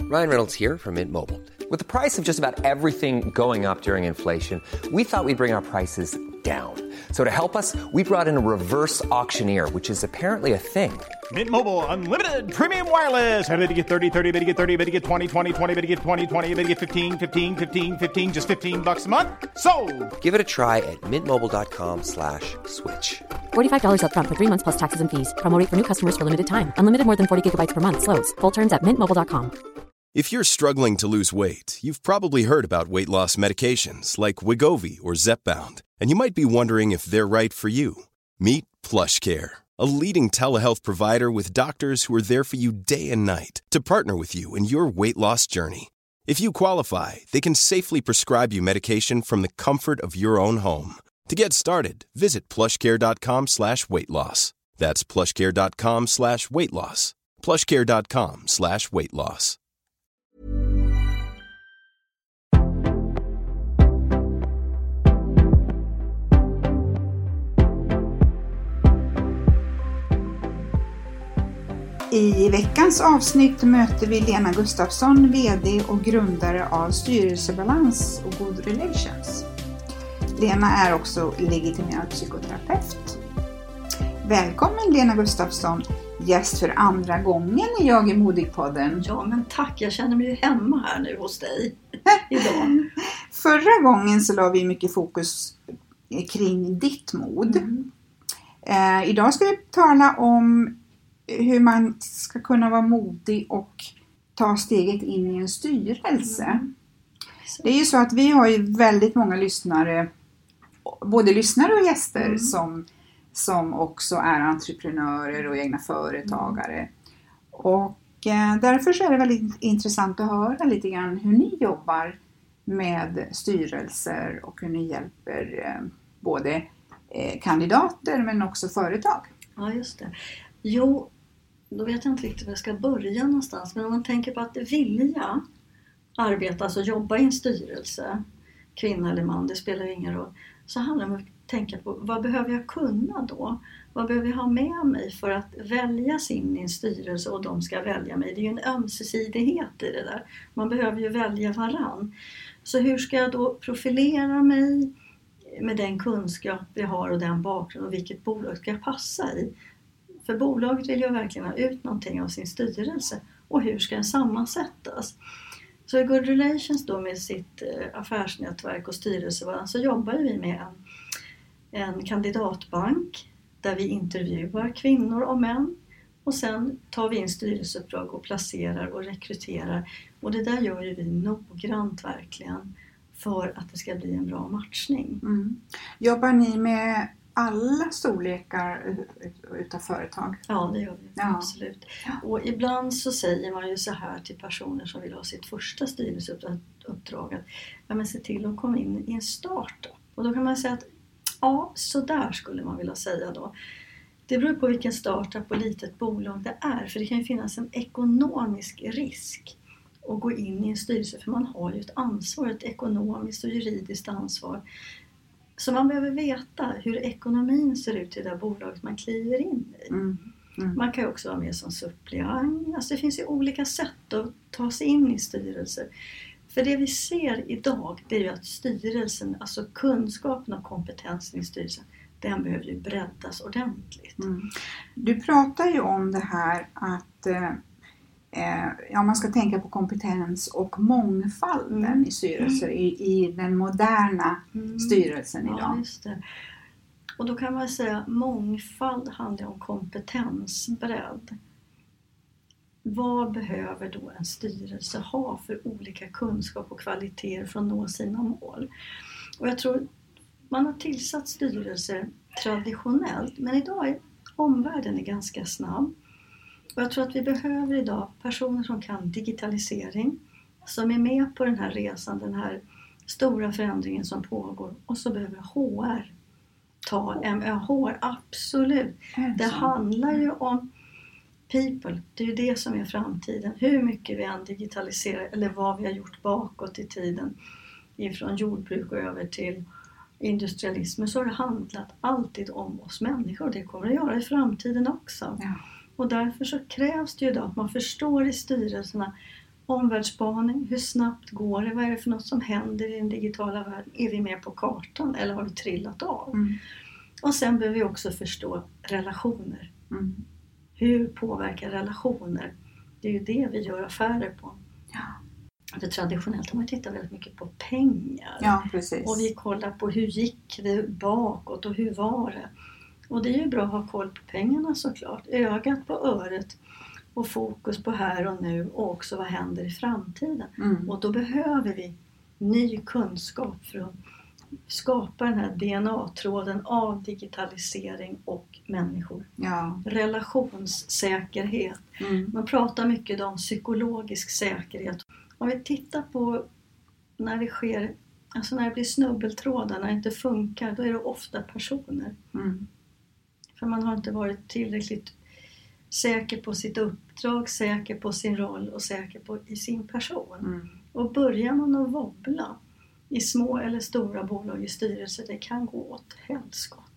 Ryan Reynolds here from Mint Mobile. With the price of just about everything going up during inflation, we thought we'd bring our prices down. So to help us, we brought in a reverse auctioneer, which is apparently a thing. Mint Mobile Unlimited Premium Wireless. How to get 30, 30, bit to get 30, bit to get 20, 20, 20, bit to get 20, 20, bit to get 15, 15, 15, 15, just $15 a month? Sold! Give it a try at mintmobile.com/switch. $45 up front for 3 months plus taxes and fees. Promo rate for new customers for limited time. Unlimited more than 40 gigabytes per month. Slows full terms at mintmobile.com. If you're struggling to lose weight, you've probably heard about weight loss medications like Wegovy or Zepbound, and you might be wondering if they're right for you. Meet PlushCare, a leading telehealth provider with doctors who are there for you day and night to partner with you in your weight loss journey. If you qualify, they can safely prescribe you medication from the comfort of your own home. To get started, visit plushcare.com/weightloss. That's plushcare.com/weightloss. plushcare.com/weightloss. I veckans avsnitt möter vi Lena Gustafsson, vd och grundare av Styrelsebalans och Good Relations. Lena är också legitimerad psykoterapeut. Välkommen Lena Gustafsson, gäst för andra gången i Jag är modig-podden. Ja, men tack, jag känner mig ju hemma här nu hos dig idag. Förra gången så la vi mycket fokus kring ditt mod. Idag ska vi tala om hur man ska kunna vara modig och ta steget in i en styrelse. Det är ju så att vi har ju väldigt många lyssnare, både lyssnare och gäster som också är entreprenörer och egna företagare. Och därför så är det väldigt intressant att höra lite grann hur ni jobbar med styrelser och hur ni hjälper både kandidater men också företag. Ja, just det. Jo, då vet jag inte riktigt var jag ska börja någonstans. Men om man tänker på att vilja arbeta, alltså jobba i en styrelse, kvinna eller man, det spelar ju ingen roll. Så handlar det om att tänka på, vad behöver jag kunna då? Vad behöver jag ha med mig för att väljas in i en styrelse och de ska välja mig? Det är ju en ömsesidighet i det där. Man behöver ju välja varann. Så hur ska jag då profilera mig med den kunskap jag har och den bakgrund och vilket bolag ska jag passa i? För bolaget vill ju verkligen ha ut någonting av sin styrelse. Och hur ska den sammansättas? Så i Good Relations då med sitt affärsnätverk och styrelsebalans så jobbar vi med en kandidatbank där vi intervjuar kvinnor och män. Och sen tar vi in styrelseuppdrag och placerar och rekryterar. Och det där gör ju vi noggrant verkligen för att det ska bli en bra matchning. Jobbar ni med alla storlekar utav företag? Ja, det gör vi. Ja. Absolut. Och ibland så säger man ju så här till personer som vill ha sitt första styrelseuppdrag att men se till att komma in i en startup. Och då kan man säga att ja, så där skulle man vilja säga då. Det beror på vilken startup och litet bolag det är. För det kan ju finnas en ekonomisk risk att gå in i en styrelse. För man har ju ett ansvar, ett ekonomiskt och juridiskt ansvar. Så man behöver veta hur ekonomin ser ut i det där bolaget man kliver in i. Man kan ju också vara med som suppleant. Alltså det finns ju olika sätt att ta sig in i styrelser. För det vi ser idag, det är ju att styrelsen, alltså kunskapen och kompetensen i styrelsen, den behöver ju breddas ordentligt. Du pratar ju om det här att man ska tänka på kompetens och mångfalden i styrelser i den moderna styrelsen idag. Ja, just det. Och då kan man säga mångfald handlar om kompetensbredd. Vad behöver då en styrelse ha för olika kunskap och kvaliteter för att nå sina mål? Och jag tror man har tillsatt styrelser traditionellt, men idag är omvärlden ganska snabb. Och jag tror att vi behöver idag personer som kan digitalisering, som är med på den här resan, den här stora förändringen som pågår. Och så behöver HR ta HR, absolut. Det handlar ju om people, det är ju det som är framtiden. Hur mycket vi än digitaliserar eller vad vi har gjort bakåt i tiden ifrån jordbruk och över till industrialism, så har det handlat alltid om oss människor. Det kommer det göra i framtiden också. Ja. Och därför så krävs det ju då att man förstår i styrelserna omvärldsspaning. Hur snabbt går det? Vad är det för något som händer i den digitala världen? Är vi med på kartan eller har vi trillat av? Och sen behöver vi också förstå relationer. Hur påverkar relationer? Det är ju det vi gör affärer på. Ja. För traditionellt har man tittat väldigt mycket på pengar. Ja, precis. Och vi kollar på hur gick det bakåt och hur var det. Och det är ju bra att ha koll på pengarna såklart. Ögat på öret och fokus på här och nu och också vad händer i framtiden. Och då behöver vi ny kunskap för att skapa den här DNA-tråden av digitalisering och människor. Ja. Relationssäkerhet. Man pratar mycket om psykologisk säkerhet. Om vi tittar på när det sker, alltså när det blir snubbeltrådar, när det inte funkar, då är det ofta personer. För man har inte varit tillräckligt säker på sitt uppdrag, säker på sin roll och säker på i sin person. Och börjar man att wobbla i små eller stora bolag i styrelser, det kan gå åt helskott.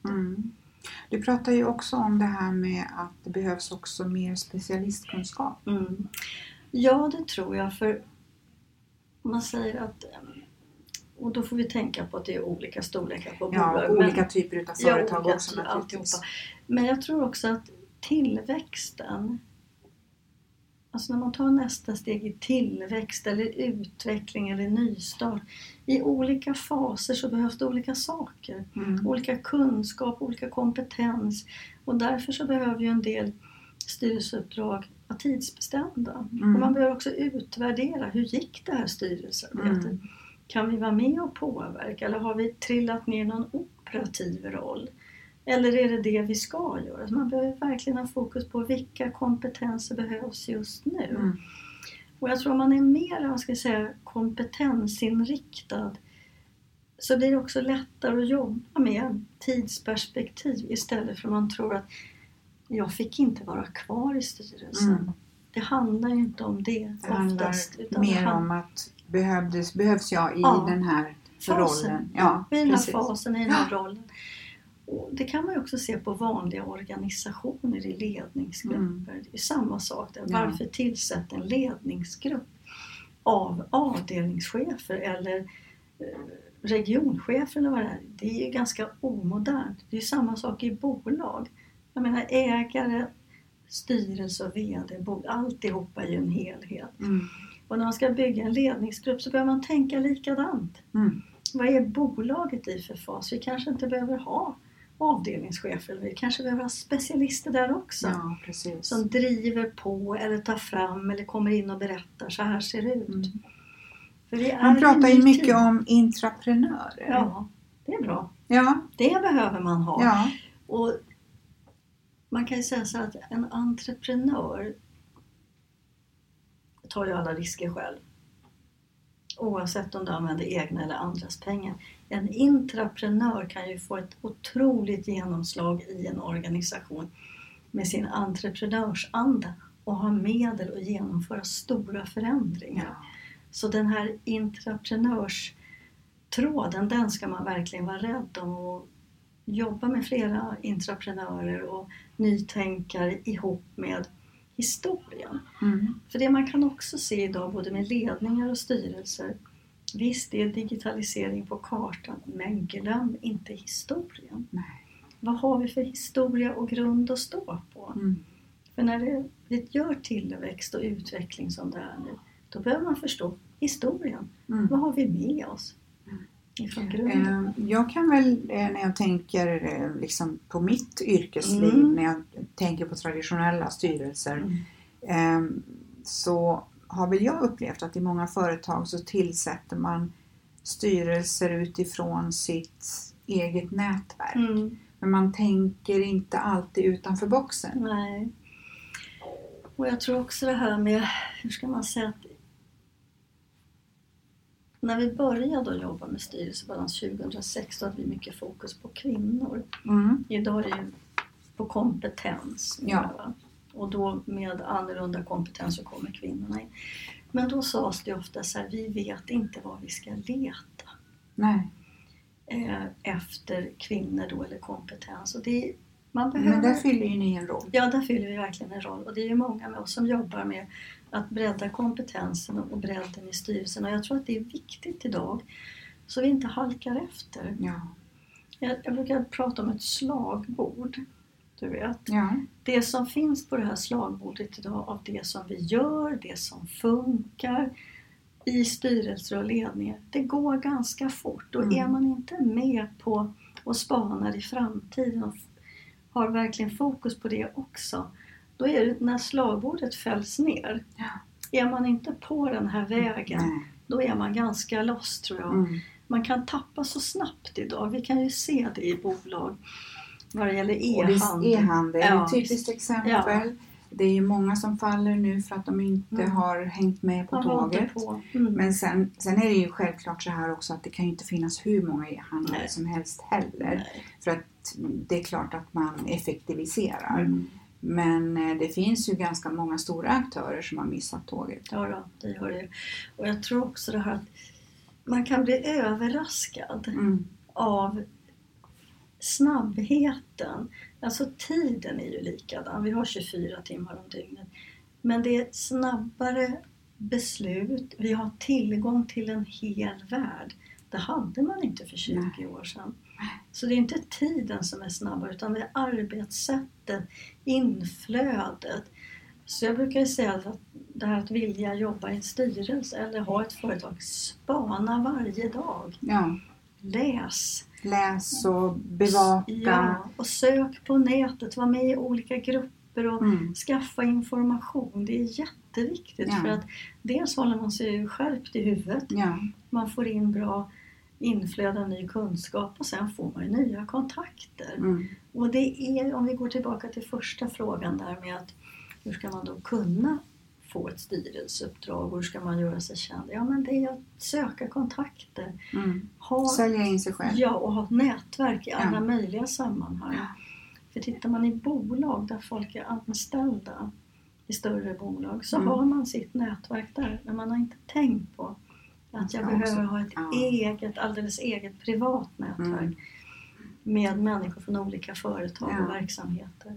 Du pratar ju också om det här med att det behövs också mer specialistkunskap. Ja, det tror jag, för man säger att, och då får vi tänka på att det är olika storlekar på bolag. Ja, olika typer av företag också naturligtvis. Men jag tror också att tillväxten, alltså när man tar nästa steg i tillväxt eller utveckling eller nystart, i olika faser så behövs det olika saker. Olika kunskap, olika kompetens. Och därför så behöver ju en del styrelseuppdrag vara tidsbestämda. Och man behöver också utvärdera, hur gick det här styrelsearbetet? Kan vi vara med och påverka? Eller har vi trillat ner någon operativ roll? Eller är det vi ska göra? Så man behöver verkligen ha fokus på vilka kompetenser behövs just nu. Och jag tror om man är mer kompetensinriktad, så blir det också lättare att jobba med tidsperspektiv istället för att man tror att jag fick inte vara kvar i styrelsen. Det handlar ju inte om det oftast. Utan mer om att behövs jag i den här rollen. Ja, i den här fasen, i den här rollen. Och det kan man ju också se på vanliga organisationer i ledningsgrupper. Det är samma sak där. Varför tillsätta en ledningsgrupp av avdelningschefer eller regionchefer eller vad det är? Det är ju ganska omodernt. Det är ju samma sak i bolag. Jag menar ägare, styrelse och vd, alltihopa är ju en helhet. Och när man ska bygga en ledningsgrupp så behöver man tänka likadant. Vad är bolaget i för fas? Vi kanske inte behöver ha avdelningschefer. Vi kanske behöver ha specialister där också. Ja, precis. Som driver på eller tar fram eller kommer in och berättar. Så här ser det ut. För man pratar ju mycket om intraprenörer. Ja, det är bra. Ja. Det behöver man ha. Ja. Och man kan ju säga så att en entreprenör tar ju alla risker själv. Oavsett om du använder egna eller andras pengar. En intraprenör kan ju få ett otroligt genomslag i en organisation med sin entreprenörsanda och ha medel att genomföra stora förändringar. Ja. Så den här intraprenörstråden, den ska man verkligen vara rädd om och jobba med flera intraprenörer och nytänkare ihop med historien. För det man kan också se idag både med ledningar och styrelser, visst det är digitalisering på kartan, men glöm inte historien. Nej. Vad har vi för historia och grund att stå på? För när det gör tillväxt och utveckling som det är nu, då behöver man förstå historien. Vad har vi med oss ifrån grunden? Jag kan väl, när jag tänker liksom på mitt yrkesliv, när jag tänker på traditionella styrelser, så har väl jag upplevt att i många företag så tillsätter man styrelser utifrån sitt eget nätverk. Men man tänker inte alltid utanför boxen. Nej. Och jag tror också det här med, hur ska man säga, att när vi började jobba med styrelsebalans 2006 så hade vi mycket fokus på kvinnor. Idag är det ju på kompetens. Ja. Och då med annorlunda kompetens så kommer kvinnorna in. Men då sades det ofta så här, vi vet inte var vi ska leta. Nej. Efter kvinnor då eller kompetens. Och det, man behöver... Men där fyller ju ni en roll. Ja, där fyller vi verkligen en roll. Och det är ju många med oss som jobbar med Att bredda kompetensen och bredden i styrelsen. Och jag tror att det är viktigt idag så vi inte halkar efter. Ja. Jag brukar prata om ett slagbord. Du vet. Ja. Det som finns på det här slagbordet idag av det som vi gör, det som funkar i styrelser och ledningar, det går ganska fort. Och är man inte med på och spanar i framtiden och har verkligen fokus på det också, då är det när slagbordet fälls ner. Ja. Är man inte på den här vägen, då är man ganska lost, tror jag. Man kan tappa så snabbt idag. Vi kan ju se det i bolag vad det gäller e-handel. E-handel är ett typiskt exempel. Ja. Det är ju många som faller nu för att de inte har hängt med på tåget. Men sen är det ju självklart så här också att det kan ju inte finnas hur många e-handlare som helst heller. Nej. För att det är klart att man effektiviserar. Men det finns ju ganska många stora aktörer som har missat tåget. Ja då, det gör det. Och jag tror också det här att man kan bli överraskad av snabbheten. Alltså tiden är ju likadan. Vi har 24 timmar om dygnet. Men det är snabbare beslut. Vi har tillgång till en hel värld. Det hade man inte för 20 år sedan. Så det är inte tiden som är snabbare utan det är arbetssättet, inflödet. Så jag brukar säga att det här att vilja jobba i en styrelse eller ha ett företag, spana varje dag. Ja. Läs och bevaka. Ja, och sök på nätet, var med i olika grupper och skaffa information. Det är jätteviktigt för att dels håller man sig skärpt i huvudet. Ja. Man får in bra inflöde av ny kunskap och sen får man nya kontakter. Och det är, om vi går tillbaka till första frågan där med att hur ska man då kunna få ett styrelseuppdrag och hur ska man göra sig känd? Ja, men det är att söka kontakter. Sälja in sig själv. Ja, och ha ett nätverk i alla möjliga sammanhang. Ja. För tittar man i bolag där folk är anställda i större bolag så har man sitt nätverk där. Men man har inte tänkt på att jag behöver ha ett alldeles eget privat nätverk med människor från olika företag och verksamheter.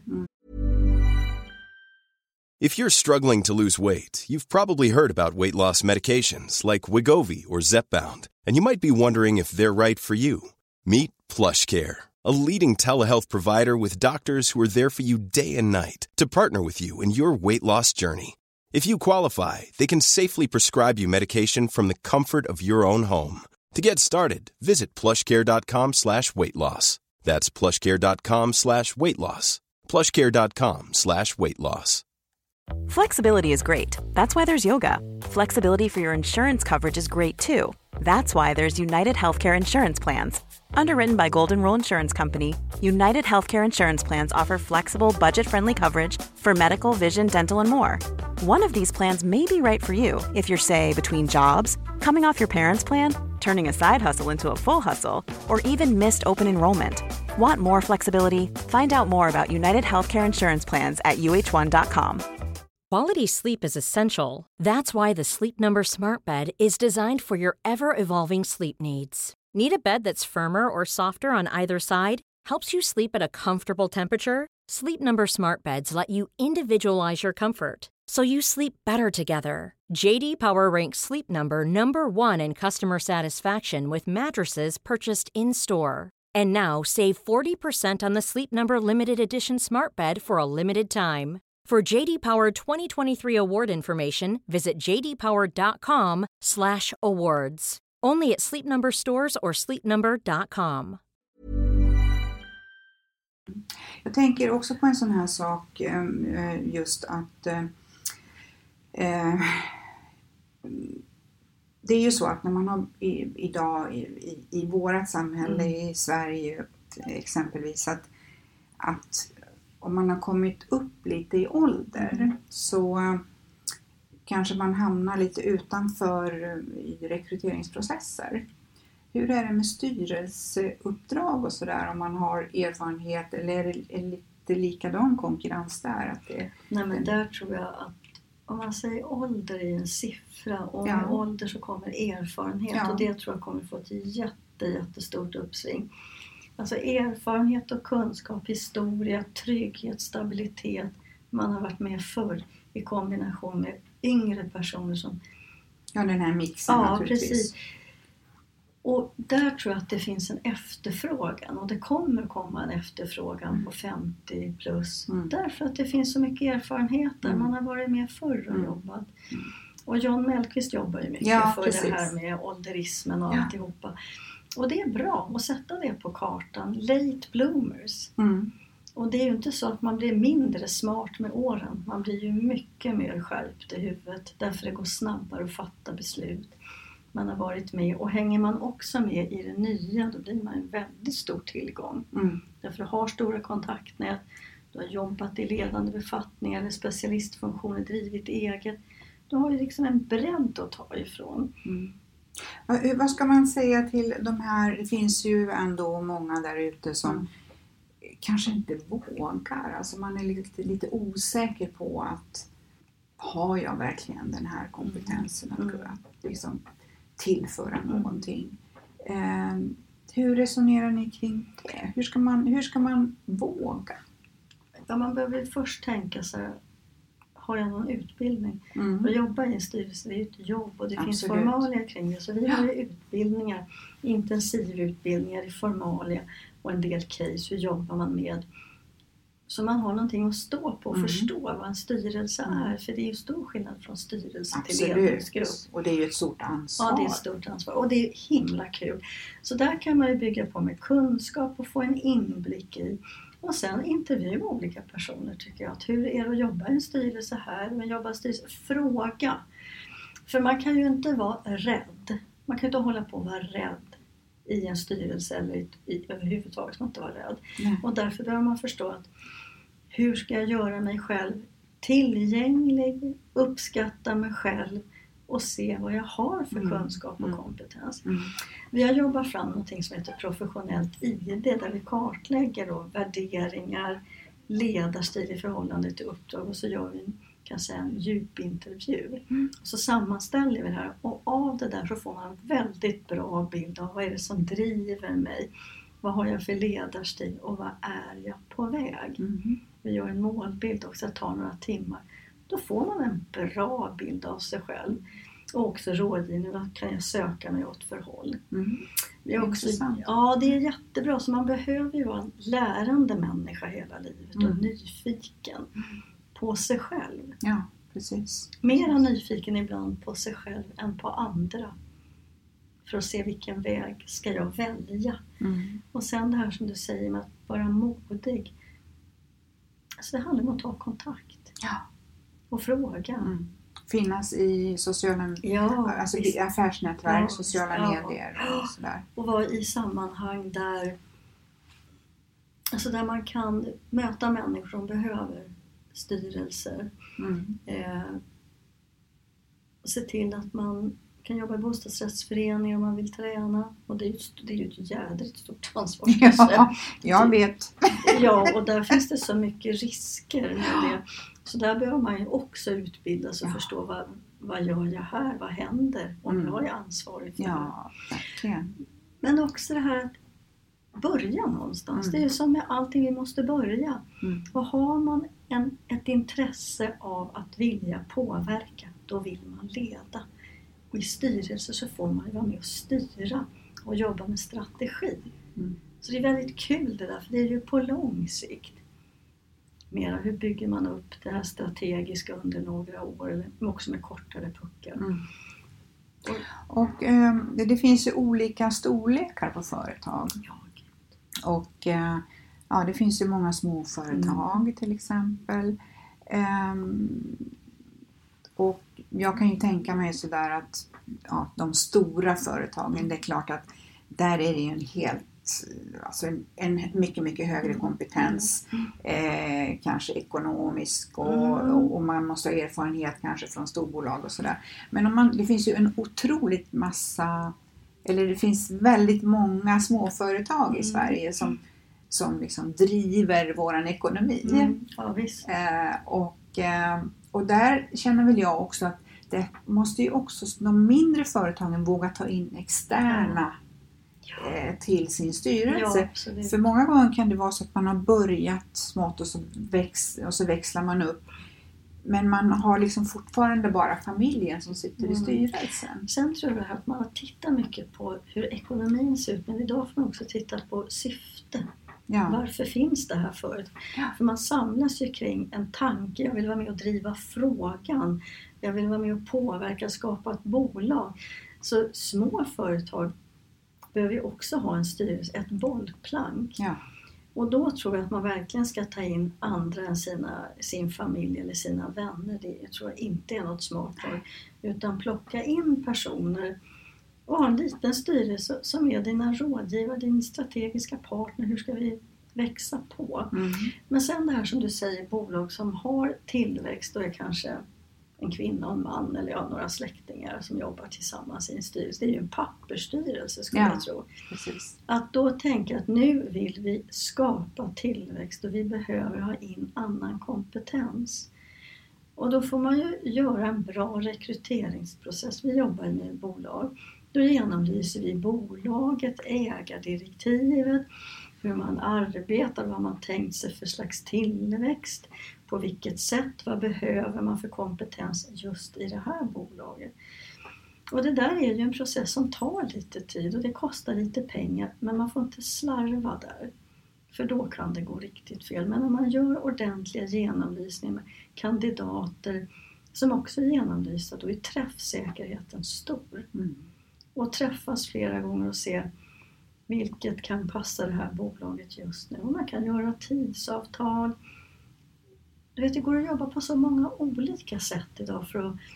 If you're struggling to lose weight, you've probably heard about weight loss medications like Wegovy or Zepbound, and you might be wondering if they're right for you. Meet PlushCare, a leading telehealth provider with doctors who are there for you day and night to partner with you in your weight loss journey. If you qualify, they can safely prescribe you medication from the comfort of your own home. To get started, visit plushcare.com/weightloss. That's plushcare.com/weightloss. plushcare.com/weightloss. Flexibility is great. That's why there's yoga. Flexibility for your insurance coverage is great too. That's why there's United Healthcare Insurance Plans. Underwritten by Golden Rule Insurance Company, United Healthcare Insurance Plans offer flexible, budget-friendly coverage for medical, vision, dental, and more. One of these plans may be right for you if you're, say, between jobs, coming off your parents' plan, turning a side hustle into a full hustle, or even missed open enrollment. Want more flexibility? Find out more about United Healthcare Insurance Plans at uh1.com. Quality sleep is essential. That's why the Sleep Number Smart Bed is designed for your ever-evolving sleep needs. Need a bed that's firmer or softer on either side? Helps you sleep at a comfortable temperature? Sleep Number Smart Beds let you individualize your comfort, so you sleep better together. JD Power ranks Sleep Number #1 in customer satisfaction with mattresses purchased in-store. And now, save 40% on the Sleep Number Limited Edition Smart Bed for a limited time. For JD Power 2023 award information, visit jdpower.com/awards. Only at Sleep Number stores or sleepnumber.com. Jag tänker också på en sån här sak, just att det är ju så att när man har idag i vårat samhälle i Sverige exempelvis att om man har kommit upp lite i ålder så kanske man hamnar lite utanför i rekryteringsprocesser. Hur är det med styrelseuppdrag och sådär om man har erfarenhet eller är det lite likadan konkurrens där? Att Nej, men där tror jag att om man säger ålder i en siffra och med ålder så kommer erfarenhet och det tror jag kommer få ett jättestort uppsving. Alltså erfarenhet och kunskap, historia, trygghet, stabilitet. Man har varit med förr i kombination med yngre personer som... Ja, den här mixen naturligtvis. Precis. Och där tror jag att det finns en efterfrågan, och det kommer komma en efterfrågan på 50 plus. Därför att det finns så mycket erfarenheter. Man har varit med förr och jobbat. Och John Mellqvist jobbar ju mycket för det här med ålderismen och alltihopa. Och det är bra att sätta det på kartan. Late bloomers. Och det är ju inte så att man blir mindre smart med åren. Man blir ju mycket mer skärpt i huvudet. Därför det går snabbare att fatta beslut. Man har varit med. Och hänger man också med i det nya, då blir man en väldigt stor tillgång. Därför du har stora kontaktnät. Du har jobbat i ledande befattningar eller specialistfunktioner, drivit eget. Du har ju liksom en bredd att ta ifrån. Vad ska man säga till de här? Det finns ju ändå många där ute som kanske inte vågar. Alltså man är lite osäker på att har jag verkligen den här kompetensen att liksom tillföra någonting. Hur resonerar ni kring det? Hur ska man våga? Ja, man behöver först tänka sig, har jag någon utbildning? För att jobba i en styrelse, det är ju ett jobb och det finns formalia kring det. Så vi har ju utbildningar, intensivutbildningar i formalia och en del case. Hur jobbar man med? Så man har någonting att stå på och förstå vad en styrelse är. För det är ju stor skillnad från styrelse till ledningsgrupp. Och det är ju ett stort ansvar. Ja, det är ett stort ansvar. Och det är himla kul. Så där kan man ju bygga på med kunskap och få en inblick i. Och sen intervjua olika personer tycker jag. Att hur är det att jobba i en styrelse här? Men jobba i en styrelse? Fråga. För man kan ju inte vara rädd. Man kan inte hålla på att vara rädd i en styrelse eller överhuvudtaget ska man inte vara rädd. Och därför behöver man förstå att hur ska jag göra mig själv tillgänglig, uppskatta mig själv och se vad jag har för kunskap och kompetens. Vi har jobbat fram något som heter professionellt ID där vi kartlägger då värderingar, ledarstil i förhållande till uppdrag och så gör vi en djupintervju. Så sammanställer vi det här och av det där så får man en väldigt bra bild av vad är det som driver mig. Vad har jag för ledarstil och vad är jag på väg? Vi gör en målbild också, det tar några timmar. Då får man en bra bild av sig själv. Och också rådgivning, vad kan jag söka mig åt för håll? Det är också, ja, det är jättebra. Så man behöver ju vara en lärande människa hela livet och nyfiken på sig själv. Ja, precis. Mera nyfiken ibland på sig själv än på andra. För att se vilken väg ska jag välja. Och sen det här som du säger med att vara modig. Alltså det handlar om att ta kontakt. Ja. Och fråga. Finnas i sociala alltså affärsnätverk, sociala medier och sådär. Och vara i sammanhang där man kan möta människor som behöver styrelser. Och se till att man kan jobba i bostadsrättsföreningar om man vill träna. Och det är ju ett jädrigt stort ansvar. Ja, jag vet. Ja, och där finns det så mycket risker med det. Så där behöver man ju också utbilda sig och förstå vad gör jag här? Vad händer om jag är ansvarig för det? Ja, verkligen. Men också det här att börja någonstans. Det är ju som med allting, vi måste börja. Och har man ett intresse av att vilja påverka, då vill man leda. Och i styrelser så får man ju vara med och styra och jobba med strategi. Så det är väldigt kul det där, för det är ju på lång sikt. Mera hur bygger man upp det här strategiska under några år, eller också med kortare puckar. Och det finns ju olika storlekar på företag. Och det finns ju många små företag till exempel. Och jag kan ju tänka mig sådär att de stora företagen, det är klart att där är det ju en mycket, mycket högre kompetens, kanske ekonomisk och man måste ha erfarenhet kanske från storbolag och sådär. Men det finns ju en otroligt massa, eller det finns väldigt många småföretag i Sverige som liksom driver våran ekonomi. Ja, visst. Och där känner väl jag också att det måste ju också de mindre företagen våga ta in externa till sin styrelse. Ja, för många gånger kan det vara så att man har börjat smått och så växlar man upp. Men man har liksom fortfarande bara familjen som sitter i styrelsen. Sen tror jag att man har tittat mycket på hur ekonomin ser ut. Men idag får man också titta på syfte. Ja. Varför finns det här förut? Ja. För man samlas ju kring en tanke. Jag vill vara med och driva frågan. Jag vill vara med och påverka, skapa ett bolag. Så små företag behöver ju också ha en styrelse, ett bollplank. Ja. Och då tror jag att man verkligen ska ta in andra än sin familj eller sina vänner. Det tror jag inte är något smart för. Utan plocka in personer och ha en liten styrelse som är dina rådgivare, din strategiska partner. Hur ska vi växa på? Men sen det här som du säger, bolag som har tillväxt, då är kanske en kvinna och en man eller några släktingar som jobbar tillsammans i en styrelse. Det är ju en pappersstyrelse skulle jag tro. Precis. Att då tänka att nu vill vi skapa tillväxt och vi behöver ha in annan kompetens. Och då får man ju göra en bra rekryteringsprocess. Vi jobbar med bolag. Då genomlyser vi bolaget, ägardirektivet, hur man arbetar, vad man tänkt sig för slags tillväxt, på vilket sätt, vad behöver man för kompetens just i det här bolaget. Och det där är ju en process som tar lite tid och det kostar lite pengar, men man får inte slarva där. För då kan det gå riktigt fel. Men om man gör ordentliga genomlysningar med kandidater som också är genomlysta, då är träffsäkerheten stor. Och träffas flera gånger och se vilket kan passa det här bolaget just nu. Och man kan göra tidsavtal. Du vet, det går att jobba på så många olika sätt idag för att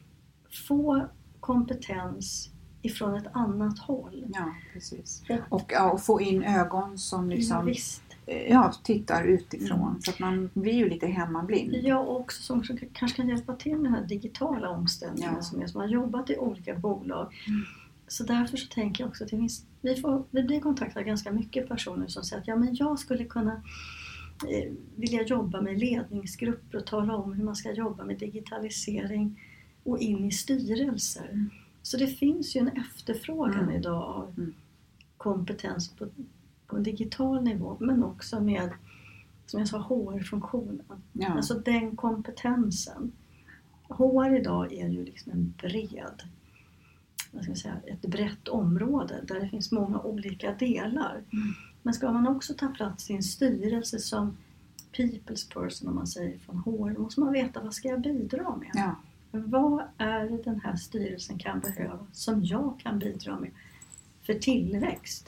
få kompetens ifrån ett annat håll. Ja, precis. Och få in ögon som liksom tittar utifrån. Så att man blir ju lite hemmablind. Ja, och också som kanske kan hjälpa till med den här digitala omställningen som har jobbat i olika bolag. Så därför så tänker jag också att vi blir kontaktade ganska mycket personer som säger att ja, men jag skulle kunna vilja jobba med ledningsgrupper och tala om hur man ska jobba med digitalisering och in i styrelser. Så det finns ju en efterfrågan idag av kompetens på en digital nivå, men också med, som jag sa, HR-funktionen. Ja. Alltså den kompetensen. HR idag är ju liksom en bred, vad ska jag säga, ett brett område där det finns många olika delar. Men ska man också ta plats i en styrelse som people's person, om man säger från HR, då måste man veta, vad ska jag bidra med? Ja. Vad är det den här styrelsen kan behöva som jag kan bidra med för tillväxt?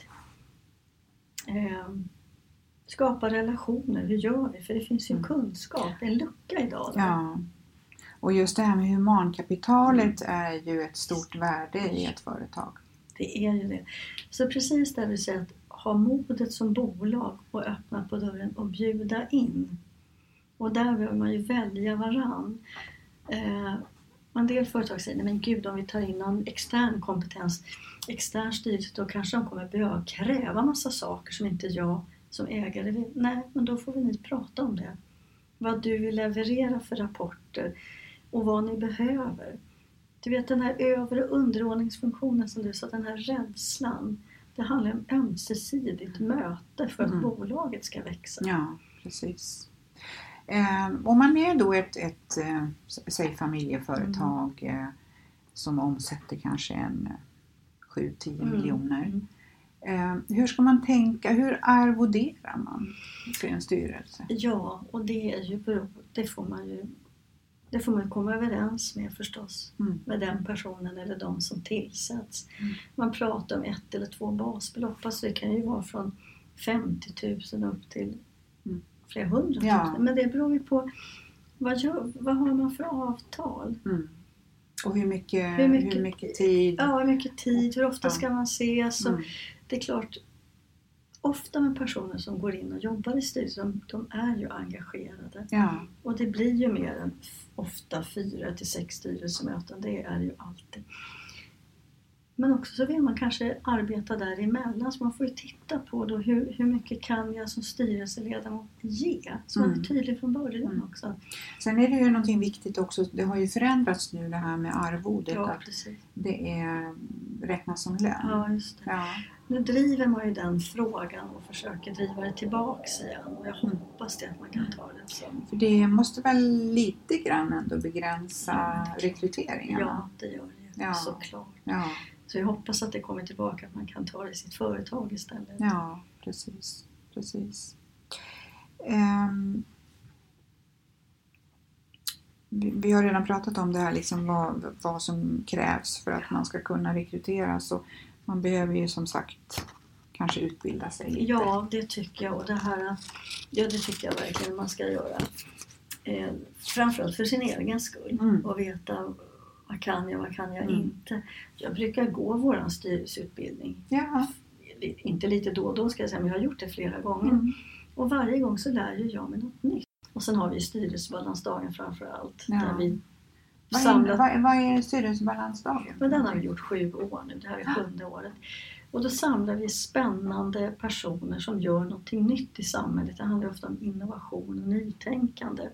Skapa relationer, hur gör vi? För det finns ju kunskap, en lucka idag. Ja. Och just det här med humankapitalet är ju ett stort värde i ett företag. Det är ju det. Så precis det vill säga att ha modet som bolag och öppna på dörren och bjuda in. Och där behöver man ju välja varann. En del företag säger, nej men gud, om vi tar in någon extern kompetens, extern styrelse, då kanske de kommer behöva kräva massa saker som inte jag som ägare vill. Nej, men då får vi ni prata om det. Vad du vill leverera för rapporter och vad ni behöver. Du vet, den här övre underordningsfunktionen som du sa, den här rädslan, det handlar om ömsesidigt möte för att bolaget ska växa. Ja, precis. Om man är då ett säg familjeföretag som omsätter kanske 7-10 miljoner. Hur ska man tänka? Hur arvoderar man för en styrelse? Ja, och det får man komma överens med förstås. Med den personen eller de som tillsätts. Man pratar om 1 eller 2 basbelopp. Alltså det kan ju vara från 50 000 upp till flera 100 000. Ja. Men det beror ju på vad har man för avtal. Och hur mycket tid. Ja, hur mycket tid. Hur ofta ska man ses. Det är klart, ofta med personer som går in och jobbar i styrelsen, de är ju engagerade. Ja. Och det blir ju mer än ofta 4-6 styrelsemöten. Det är ju alltid. Men också så vill man kanske arbeta däremellan. Så man får ju titta på då hur mycket kan jag som styrelseledamot ge. Så man är tydlig från början också. Sen är det ju någonting viktigt också. Det har ju förändrats nu det här med arvodet. Ja, att det är räknas som lön. Ja, just det. Ja. Nu driver man ju den frågan och försöker driva det tillbaks igen. Och jag hoppas det att man kan ta det så. För det måste väl lite grann ändå begränsa rekryteringen? Ja, det gör det. Såklart. Ja. Så jag hoppas att det kommer tillbaka, att man kan ta det i sitt företag istället. Ja, precis. Vi har redan pratat om det här, liksom vad som krävs för att man ska kunna rekrytera. Så man behöver ju som sagt kanske utbilda sig lite. Ja, det tycker jag. Och det här, det tycker jag verkligen man ska göra. Framförallt för sin egen skull. Och veta vad kan jag inte. Jag brukar gå våran styrelseutbildning. Ja. Inte lite då ska jag säga, men jag har gjort det flera gånger. Och varje gång så lär ju jag mig något nytt. Och sen har vi styrelsebalansdagen framförallt. Ja. Där vi vad är styrelsebalansdagen? Men den har vi gjort 7 år nu. Det här är 7:e året. Och då samlar vi spännande personer som gör någonting nytt i samhället. Det handlar ofta om innovation och nytänkande.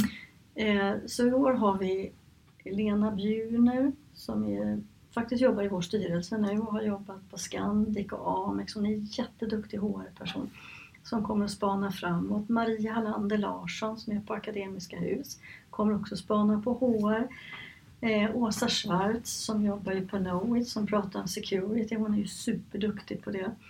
Så i år har vi Lena Bjurner som faktiskt jobbar i vår styrelse nu och har jobbat på Scandic och Amex. Hon är en jätteduktig HR-person som kommer att spana framåt. Maria Hallander Larsson som är på Akademiska Hus kommer också spana på HR. Åsa Schwartz som jobbar ju på Knowit som pratar om security. Hon är ju superduktig på det.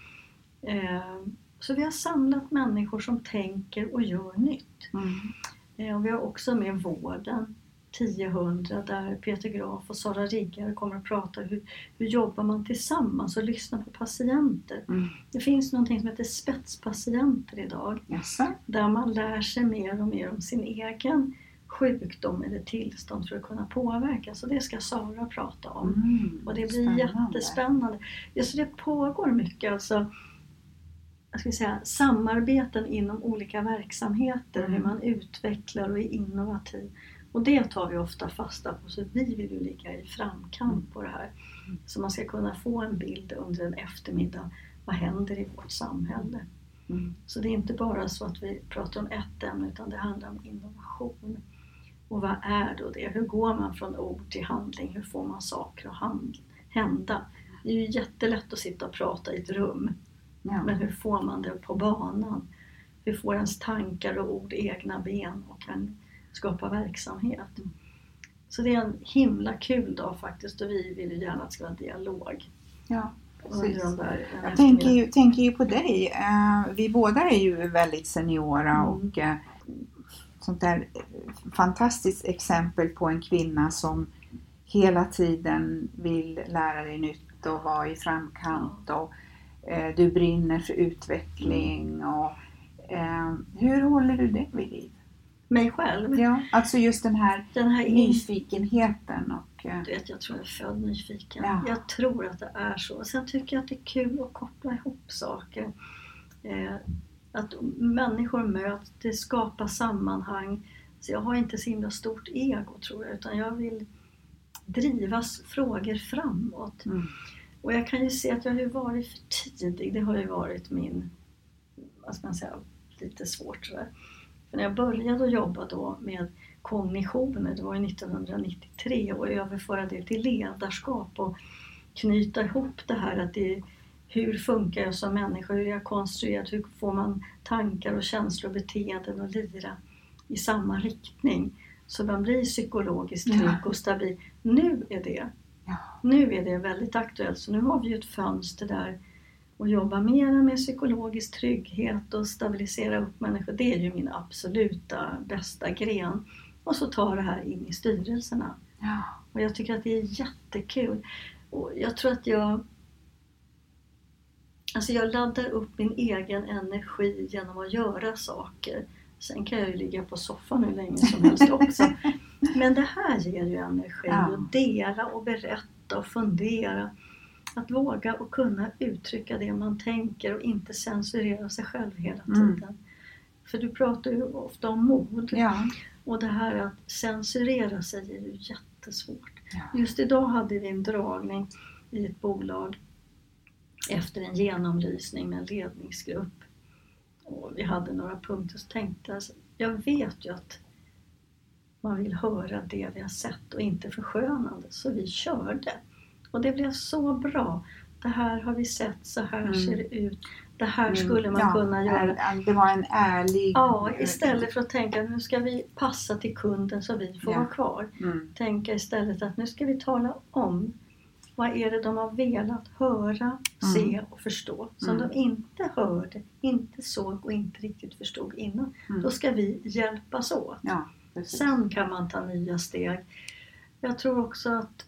Så vi har samlat människor som tänker och gör nytt. Och vi har också med vården 1000 där Peter Graf och Sara Riggar kommer att prata hur jobbar man tillsammans och lyssna på patienter. Det finns någonting som heter spetspatienter idag. Där man lär sig mer och mer om sin egen sjukdom eller tillstånd för att kunna påverka. Så det ska Sara prata om. Och det blir jättespännande. Ja, så det pågår mycket alltså, jag ska säga, samarbeten inom olika verksamheter. Hur man utvecklar och är innovativ. Och det tar vi ofta fasta på. Så vi vill ju ligga i framkant på det här. Så man ska kunna få en bild under en eftermiddag. Vad händer i vårt samhälle? Så det är inte bara så att vi pratar om ett ämne utan det handlar om innovation. Och vad är då det? Hur går man från ord till handling? Hur får man saker att hända? Det är ju jättelätt att sitta och prata i ett rum. Ja. Men hur får man det på banan? Hur får ens tankar och ord egna ben och kan skapa verksamhet? Så det är en himla kul dag faktiskt och vi vill ju gärna att det ska vara dialog. Ja, precis. Jag tänker ju på dig. Vi båda är ju väldigt seniora och sånt där fantastiskt exempel på en kvinna som hela tiden vill lära dig nytt och vara i framkant och du brinner för utveckling och hur håller du det vid liv? Mig själv? Ja, alltså just den här nyfikenheten och... Jag tror jag är född nyfiken. Ja. Jag tror att det är så. Sen tycker jag att det är kul att koppla ihop saker. Att människor möts, det skapar sammanhang. Så jag har inte så himla stort ego tror jag, utan jag vill driva frågor framåt. Och jag kan ju se att jag har varit för tidig. Det har ju varit min, vad ska man säga, lite svårt tror jag. För när jag började jobba då med kognitioner, det var ju 1993 och överföra det till ledarskap och knyta ihop det här att hur funkar jag som människa, hur är jag konstruerad, hur får man tankar och känslor och beteenden och lira i samma riktning så man blir psykologiskt trygg och stabil. Nu är det väldigt aktuellt så nu har vi ju ett fönster där och jobba mer med psykologisk trygghet och stabilisera upp människor. Det är ju min absoluta bästa gren. Och så tar det här in i styrelserna. Ja. Och jag tycker att det är jättekul. Och jag tror att jag laddar upp min egen energi genom att göra saker. Sen kan jag ju ligga på soffan hur länge som helst också. Men det här ger ju energi att dela och berätta och fundera. Att våga och kunna uttrycka det man tänker och inte censurera sig själv hela tiden. För du pratar ju ofta om mod. Ja. Och det här att censurera sig är ju jättesvårt. Ja. Just idag hade vi en dragning i ett bolag efter en genomlysning med en ledningsgrupp. Och vi hade några punkter så tänkte jag vet ju att man vill höra det vi har sett och inte förskönande. Så vi körde. Och det blev så bra. Det här har vi sett, så här ser det ut. Det här skulle man kunna göra. Det var en ärlig... Ja, istället för att tänka att nu ska vi passa till kunden så vi får vara kvar. Tänka istället att nu ska vi tala om vad är det de har velat höra, se och förstå. Som de inte hörde, inte såg och inte riktigt förstod innan. Då ska vi hjälpas åt. Ja, sen kan man ta nya steg. Jag tror också att,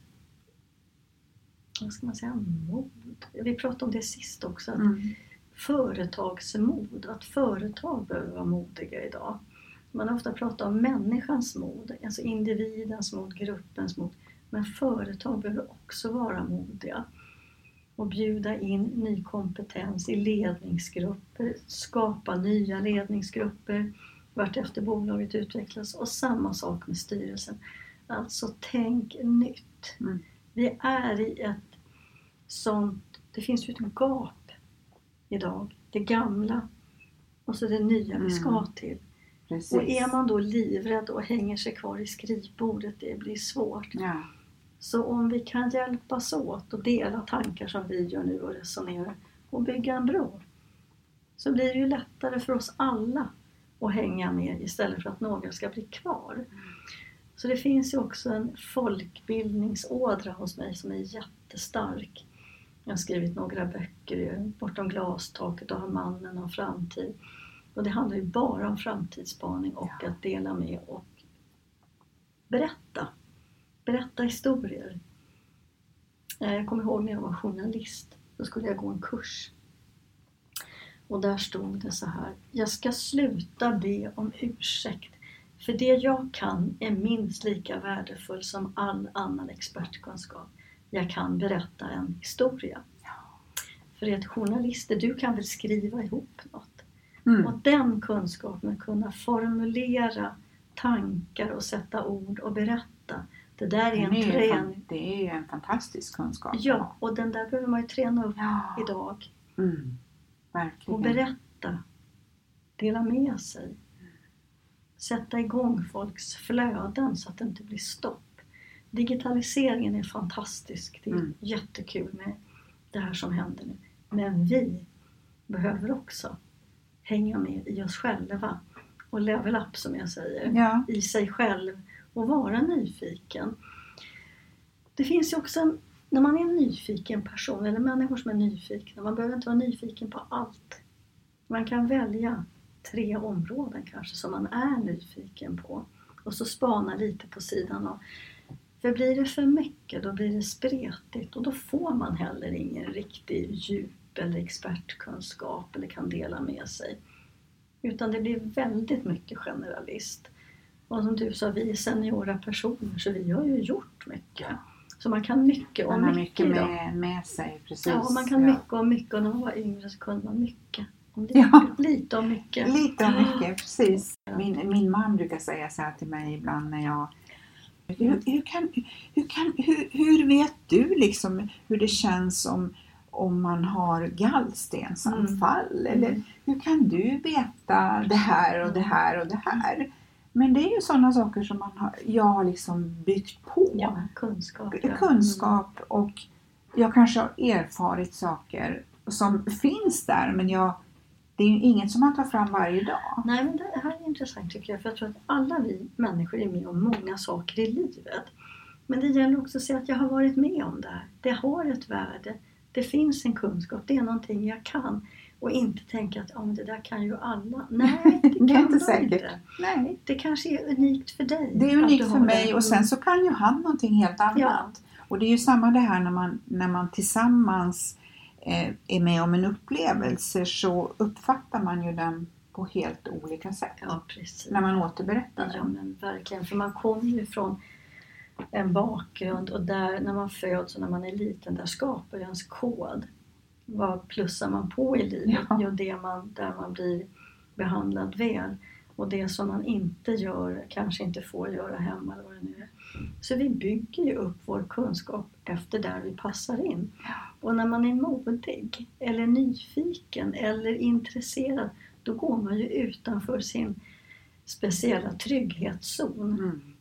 vad ska man säga, mod. Vi pratade om det sist också. Att företagsmod. Att företag behöver vara modiga idag. Man har ofta pratat om människans mod. Alltså individens mod, gruppens mod. Men företag behöver också vara modiga. Och bjuda in ny kompetens i ledningsgrupper. Skapa nya ledningsgrupper. Vart efter bolaget utvecklas. Och samma sak med styrelsen. Alltså tänk nytt. Vi är i ett sånt... Det finns ju ett gap idag. Det gamla och så det nya vi ska till. Precis. Och är man då livrädd och hänger sig kvar i skrivbordet, det blir svårt. Ja. Så om vi kan hjälpas åt och dela tankar som vi gör nu och resonera och bygga en bro, så blir det ju lättare för oss alla att hänga med istället för att några ska bli kvar. Så det finns ju också en folkbildningsådra hos mig som är jättestark. Jag har skrivit några böcker, Bortom glastaket och Har mannen och framtid. Och det handlar ju bara om framtidsspaning och att dela med och berätta. Berätta historier. Jag kommer ihåg när jag var journalist. Då skulle jag gå en kurs. Och där stod det så här. Jag ska sluta be om ursäkt. För det jag kan är minst lika värdefull som all annan expertkunskap. Jag kan berätta en historia. För att journalister, du kan väl skriva ihop något. Och den kunskapen, att kunna formulera tankar och sätta ord och berätta. Det där är en träning. Det är ju en fantastisk kunskap. Ja, och den där behöver man ju träna upp idag. Verkligen. Och berätta. Dela med sig. Sätta igång folks flöden så att det inte blir stopp. Digitaliseringen är fantastisk. Det är jättekul med det här som händer nu. Men vi behöver också hänga med i oss själva. Och level up, som jag säger. I sig själv. Och vara nyfiken. Det finns ju också när man är en nyfiken person. Eller människor som är nyfikna. Man behöver inte vara nyfiken på allt. Man kan välja 3 områden kanske som man är nyfiken på. Och så spana lite på sidan av. För blir det för mycket, då blir det spretigt. Och då får man heller ingen riktig djup eller expertkunskap eller kan dela med sig. Utan det blir väldigt mycket generalist. Och som du sa, vi är seniora personer så vi har ju gjort mycket. Så man kan mycket om mycket med sig, precis. Ja, man kan mycket om mycket. Och när man var yngre så kunde man mycket. Lite om mycket. Lite om mycket, precis. Min man brukar säga så här till mig ibland när jag... Hur vet du liksom hur det känns om man har gallstensanfall? Eller hur kan du veta det här och det här och det här? Men det är ju sådana saker som jag har liksom byggt på. Ja, kunskap. Kunskap och jag kanske har erfarit saker som finns där, men det är ju inget som man tar fram varje dag. Nej, men det här är intressant tycker jag. För jag tror att alla vi människor är med om många saker i livet. Men det gäller också att säga att jag har varit med om det här. Det har ett värde. Det finns en kunskap. Det är någonting jag kan. Och inte tänka att men det där kan ju alla. Nej, det kan det är inte säkert. Inte. Nej. Det kanske är unikt för dig. Det är unikt för mig och sen så kan ju han någonting helt annat. Ja. Och det är ju samma det här när man tillsammans är med om en upplevelse, så uppfattar man ju den på helt olika sätt. Ja, precis. När man återberättar den. Ja, men verkligen. För man kommer ju från en bakgrund och där när man föds och när man är liten, där skapar ju ens kod. Vad plussar man på i livet? Ja. Jo, där man blir behandlad väl. Och det som man inte gör, kanske inte får göra hemma eller vad det nu är. Så vi bygger ju upp vår kunskap efter där vi passar in. Ja. Och när man är modig eller nyfiken eller intresserad, då går man ju utanför sin speciella trygghetszon.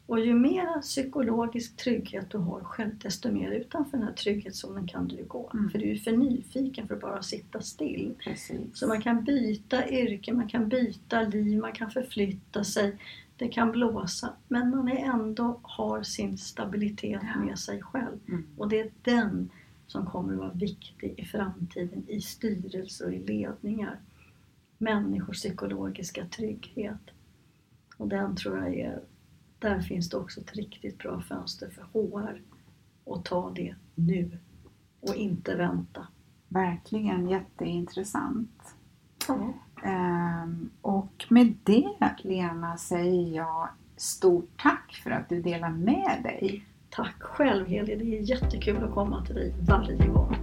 Och ju mer psykologisk trygghet du har själv, desto mer utanför den här trygghetszonen kan du gå. För du är för nyfiken för att bara sitta still. Precis. Så man kan byta yrke, man kan byta liv, man kan förflytta sig. Det kan blåsa, men man är ändå har sin stabilitet med sig själv. Och det är den som kommer att vara viktig i framtiden i styrelser och i ledningar. Människors psykologiska trygghet. Och den tror jag är, där finns det också ett riktigt bra fönster för HR. Och ta det nu och inte vänta. Verkligen jätteintressant. Och med det, Lena, säger jag stort tack för att du delar med dig. Tack själv, Heli. Det är jättekul att komma till dig varje gång.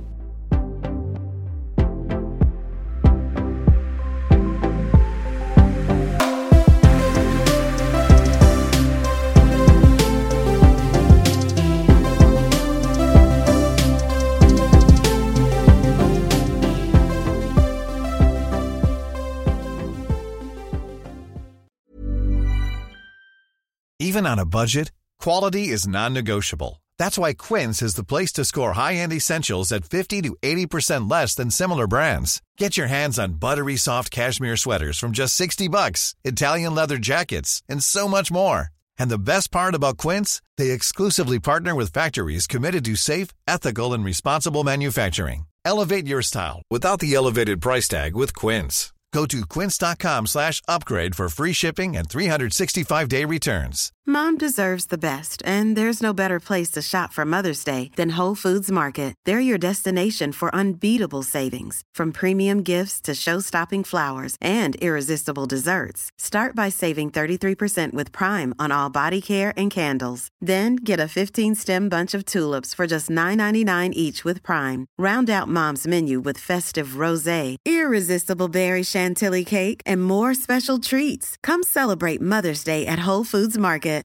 Even on a budget, quality is non-negotiable. That's why Quince is the place to score high-end essentials at 50 to 80% less than similar brands. Get your hands on buttery soft cashmere sweaters from just $60, Italian leather jackets, and so much more. And the best part about Quince, they exclusively partner with factories committed to safe, ethical, and responsible manufacturing. Elevate your style without the elevated price tag with Quince. Go to quince.com/upgrade for free shipping and 365-day returns. Mom deserves the best, and there's no better place to shop for Mother's Day than Whole Foods Market. They're your destination for unbeatable savings, from premium gifts to show-stopping flowers and irresistible desserts. Start by saving 33% with Prime on all body care and candles. Then get a 15-stem bunch of tulips for just $9.99 each with Prime. Round out Mom's menu with festive rosé, irresistible berry chantilly cake, and more special treats. Come celebrate Mother's Day at Whole Foods Market.